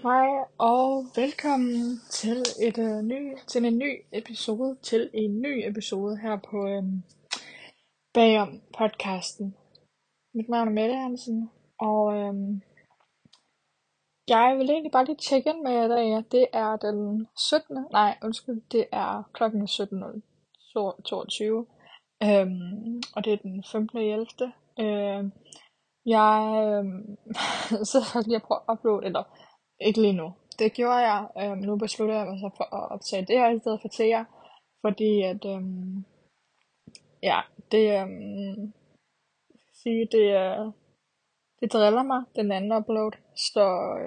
Hej og velkommen til en ny episode her på Bagom podcasten. Mit navn er Mette Hansen, og jeg vil egentlig bare lige tjekke ind med jer i dag. Det er den 17. Det er klokken 17:22. Og det er den 15.11. Jeg sidder lige og prøver at uploade, eller ikke lige nu. Det gjorde jeg. Nu beslutter jeg mig så for at optage det her i stedet for til jer. Fordi at, det, det driller mig, den anden upload. Så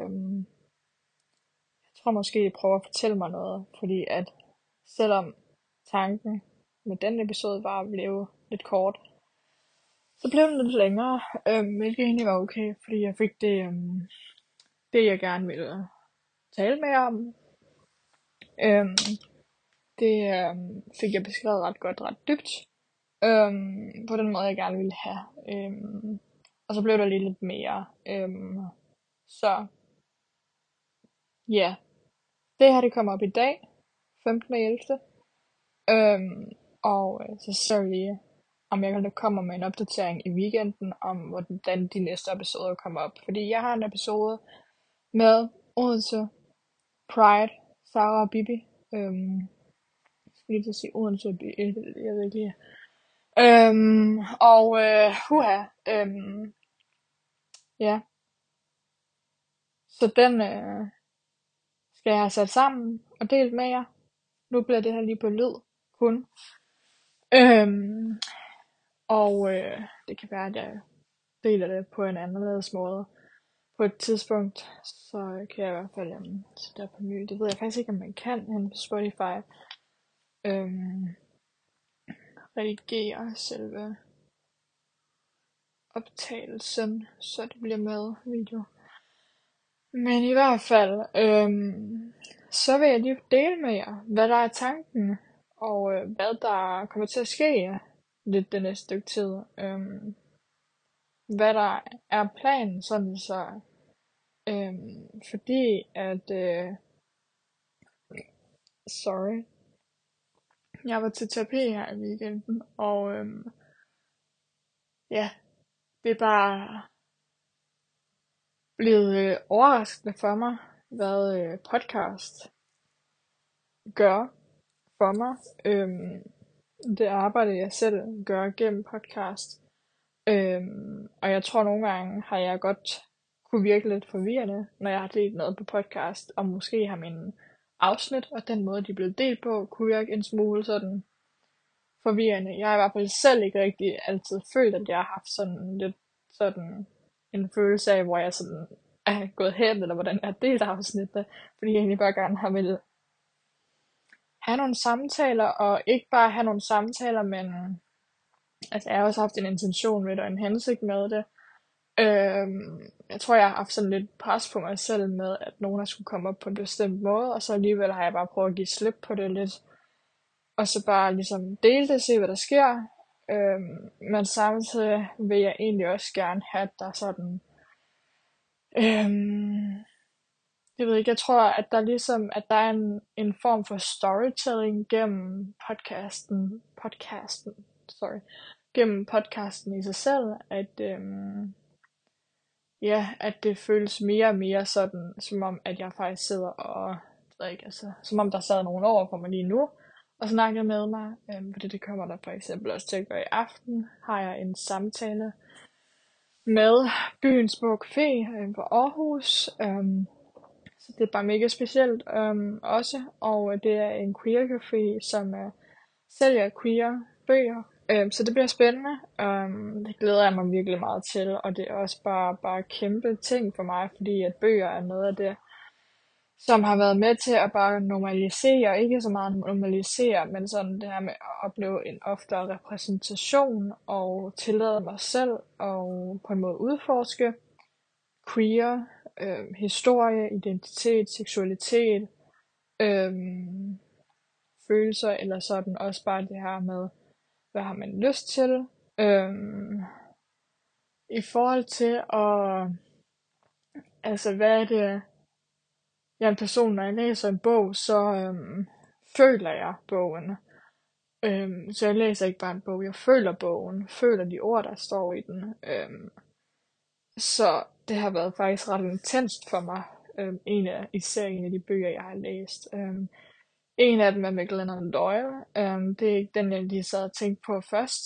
jeg tror måske, I prøver at fortælle mig noget. Fordi at selvom tanken med den episode var at blive lidt kort, så blev den lidt længere, hvilket egentlig var okay, fordi jeg fik det jeg gerne ville tale med jer om. Det fik jeg beskrevet ret godt, ret dybt, på den måde jeg gerne ville have. Og så blev der lige lidt mere. Så ja, det her det kommer op i dag, 15.11. Og så ser vi, om jeg kommer med en opdatering i weekenden, om hvordan de næste episoder kommer op. Fordi jeg har en episode med Odense Pride, Sara og Bibi. Jeg skal lige til at sige Odense og Bibi, jeg ved ikke lige. Ja. Så den skal jeg have sat sammen og delt med jer. Nu bliver det her lige på lyd kun. Det kan være, at jeg deler det på en anderledes måde på et tidspunkt. Så kan jeg i hvert fald sætte det på ny. Det ved jeg faktisk ikke, om man kan hen på Spotify. Redigere selve optagelsen, så det bliver med video. Men i hvert fald, så vil jeg lige dele med jer, hvad der er tanken, og hvad der kommer til at ske lidt det næste stykke tid. Hvad der er planen, sådan så, fordi at, jeg var til terapi her i weekenden, og det er bare blevet overraskende for mig, hvad podcast gør for mig. Det arbejde, jeg selv gør gennem podcast. Og jeg tror nogle gange har jeg godt kunne virke lidt forvirrende, når jeg har delt noget på podcast, og måske har mine afsnit og den måde, de er blevet delt på, kunne virke en smule sådan forvirrende. Jeg har i hvert fald selv ikke rigtig altid følt, at jeg har haft sådan lidt sådan en følelse af, hvor jeg sådan er gået hen, eller hvordan jeg har delt afsnittet, fordi jeg egentlig bare gerne har ville have nogle samtaler, og ikke bare have nogle samtaler, men altså jeg har også haft en intention med det, og en hensigt med det. Jeg tror, jeg har haft sådan lidt pres på mig selv med, at nogen har skulle komme op på en bestemt måde, og så alligevel har jeg bare prøvet at give slip på det lidt, og så bare ligesom dele det, se hvad der sker. Men samtidig vil jeg egentlig også gerne have, at der sådan, jeg ved ikke, jeg tror, at der ligesom, at der er en form for storytelling gennem gennem podcasten i sig selv, at at det føles mere og mere sådan, som om, at jeg faktisk sidder og, som om der sad nogen over for mig lige nu, og snakkede med mig, fordi det kommer der for eksempel også til at gøre i aften, har jeg en samtale med Byens Små Café på Aarhus, så det er bare mega specielt også, og det er en queer café, som sælger queer bøger, så det bliver spændende. Det glæder jeg mig virkelig meget til, og det er også bare kæmpe ting for mig, fordi at bøger er noget af det, som har været med til at bare normalisere, ikke så meget normalisere, men sådan det her med at opleve en oftere repræsentation, og tillade mig selv, og på en måde udforske queer, historie, identitet, seksualitet, følelser, eller sådan også bare det her med, hvad har man lyst til, i forhold til at, altså hvad er det, jeg er en person, når jeg læser en bog, så føler jeg bogen. Så jeg læser ikke bare en bog, jeg føler bogen, føler de ord, der står i den. Så det har været faktisk ret intenst for mig, især en af de bøger, jeg har læst. En af dem er med Glennon Doyle. Det er ikke den, jeg lige sad og tænkte på først.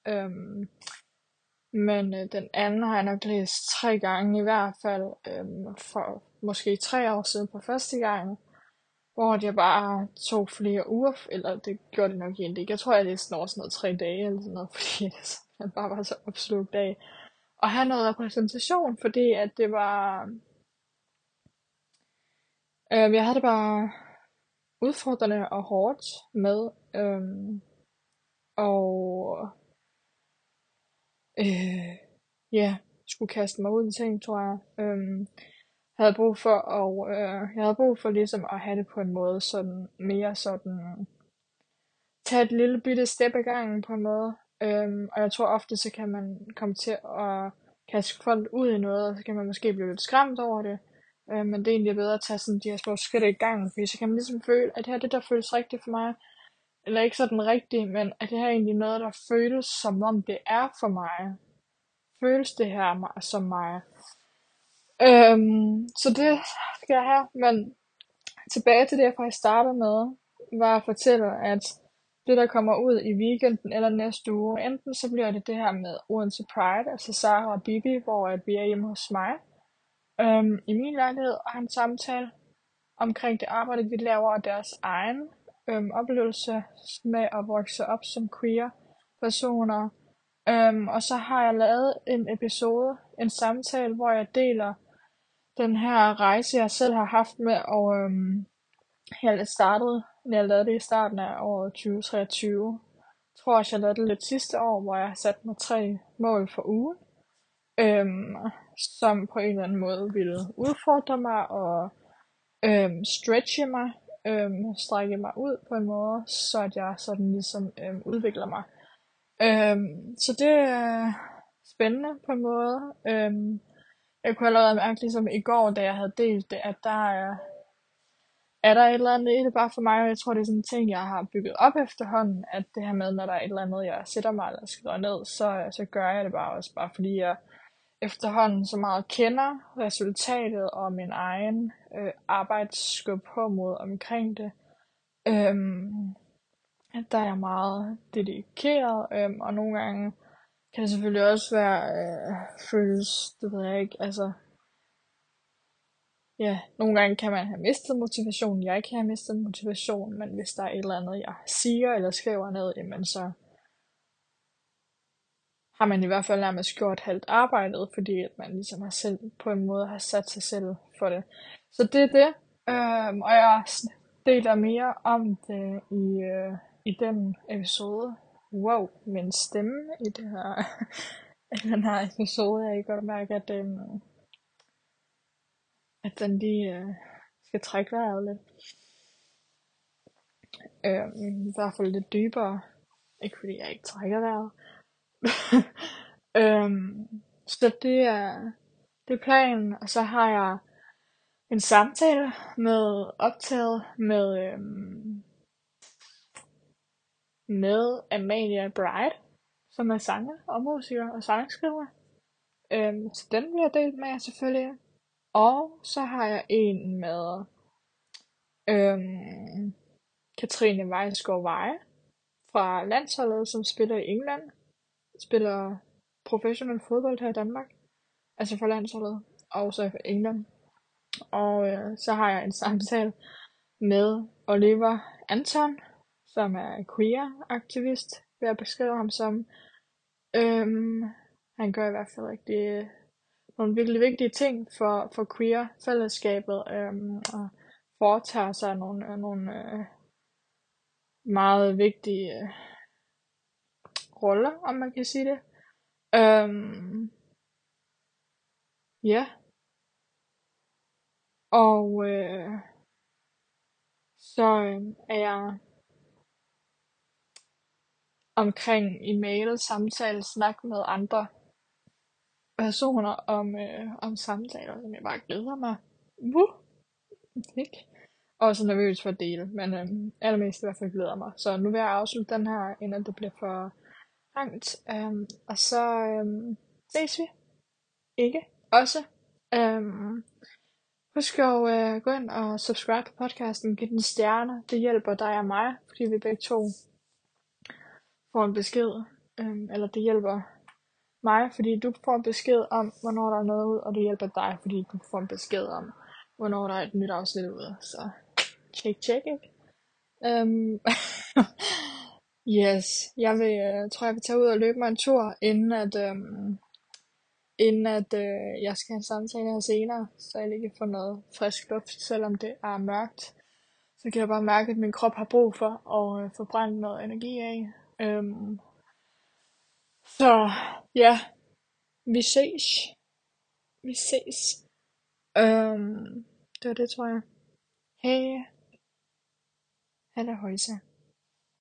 Men den anden har jeg nok læst 3 gange i hvert fald, for måske 3 år siden på første gang, hvor jeg bare tog flere uger, eller det gjorde det nok egentlig ikke. Jeg tror, jeg læste den over sådan noget 3 dage eller sådan noget, fordi det simpelthen bare var så opslugt af at have noget repræsentation, fordi at det var, jeg havde det bare udfordrende og hårdt med, og ja, skulle kaste mig ud i ting, tror jeg. Havde brug for jeg havde brug for ligesom at have det på en måde sådan mere sådan tage et lille bitte step ad gangen på en måde. Og jeg tror ofte så kan man komme til at kaste folk ud i noget, og så kan man måske blive lidt skræmt over det. Men det er egentlig bedre at tage sådan de her små skridt i gangen, fordi så kan man ligesom føle, at det her det der føles rigtigt for mig, eller ikke sådan rigtigt, men at det her er egentlig noget, der føles som om det er for mig. Føles det her som mig? Så det skal jeg have, men tilbage til det, jeg faktisk startede med, var at fortælle, at det, der kommer ud i weekenden eller næste uge, enten så bliver det her med Odense Pride, altså Sara og Bibi, hvor at vi er hjemme hos mig, i min lejlighed, og har en samtale omkring det arbejde, vi laver, og deres egen oplevelse med at vokse op som queer personer. Og så har jeg lavet en samtale, hvor jeg deler den her rejse, jeg selv har haft med, og jeg lavede det i starten af året 2023. Jeg tror også, jeg lavede det lidt sidste år, hvor jeg har sat mig 3 mål for ugen, som på en eller anden måde ville udfordre mig og stretche mig, strække mig ud på en måde, så at jeg sådan ligesom udvikler mig. Så det er spændende på en måde. Jeg kunne allerede mærke ligesom i går, da jeg havde delt det, at er der et eller andet i det bare for mig, og jeg tror, det er sådan en ting, jeg har bygget op efterhånden, at det her med, når der er et eller andet, jeg sætter mig eller skriver ned, så gør jeg det bare fordi jeg efterhånden så meget kender resultatet og min egen arbejdsskub på mod omkring det. Der er jeg meget dedikeret, og nogle gange kan det selvfølgelig også være føles, det ved jeg ikke, altså ja, nogle gange kan man have mistet motivation, jeg kan have mistet motivation, men hvis der er et eller andet, jeg siger eller skriver ned, jamen så har man i hvert fald nærmest gjort halvt arbejdet, fordi at man ligesom har selv på en måde har sat sig selv for det. Så det er det, og jeg deler mere om det i den episode. Wow, min stemme i det her, i den her episode, jeg kan godt mærke, at den lige skal trække vejret lidt. I hvert fald lidt dybere. Ikke fordi jeg ikke trækker vejret. Så det er planen. Og så har jeg en samtale med optaget med Amalia Bride, som er sanger og musiker og sangskriver. Så den vil jeg dele med jer selvfølgelig. Og så har jeg en med Katrine Vejsgaard Veje fra landsholdet, som spiller i England. Spiller professionel fodbold her i Danmark. Altså for landsholdet. Og så i England. Og så har jeg en samtale med Oliver Anton, som er queer-aktivist, vil jeg beskrive ham som. Han gør i hvert fald rigtig nogle virkelig vigtige ting for queer-fællesskabet, og foretager sig nogle meget vigtige roller, om man kan sige det. Ja. Og så er jeg omkring i mail, samtale, snak med andre personer om samtaler, som jeg bare glæder mig ikke. Og så nervøs for at dele, men allermest i hvert fald glæder mig. Så nu vil jeg afslutte den her, inden det bliver for langt. Og så ses vi. Ikke? Også. Husk at gå ind og subscribe på podcasten. Giv den stjerner. Det hjælper dig og mig, fordi vi begge to får en besked. Eller det hjælper mig, fordi du får en besked om, hvornår der er noget ud, og det hjælper dig, fordi du får en besked om, hvornår der er et nyt afsnit ude. Så check, ikke? Yes, jeg tror jeg vil tage ud og løbe mig en tur, inden at jeg skal have en samtale her senere, så jeg lige kan få noget frisk luft, selvom det er mørkt. Så kan jeg bare mærke, at min krop har brug for at få brændt noget energi af. Så ja, vi ses. Vi ses. Det var det, tror jeg. Hej. Halløjsa.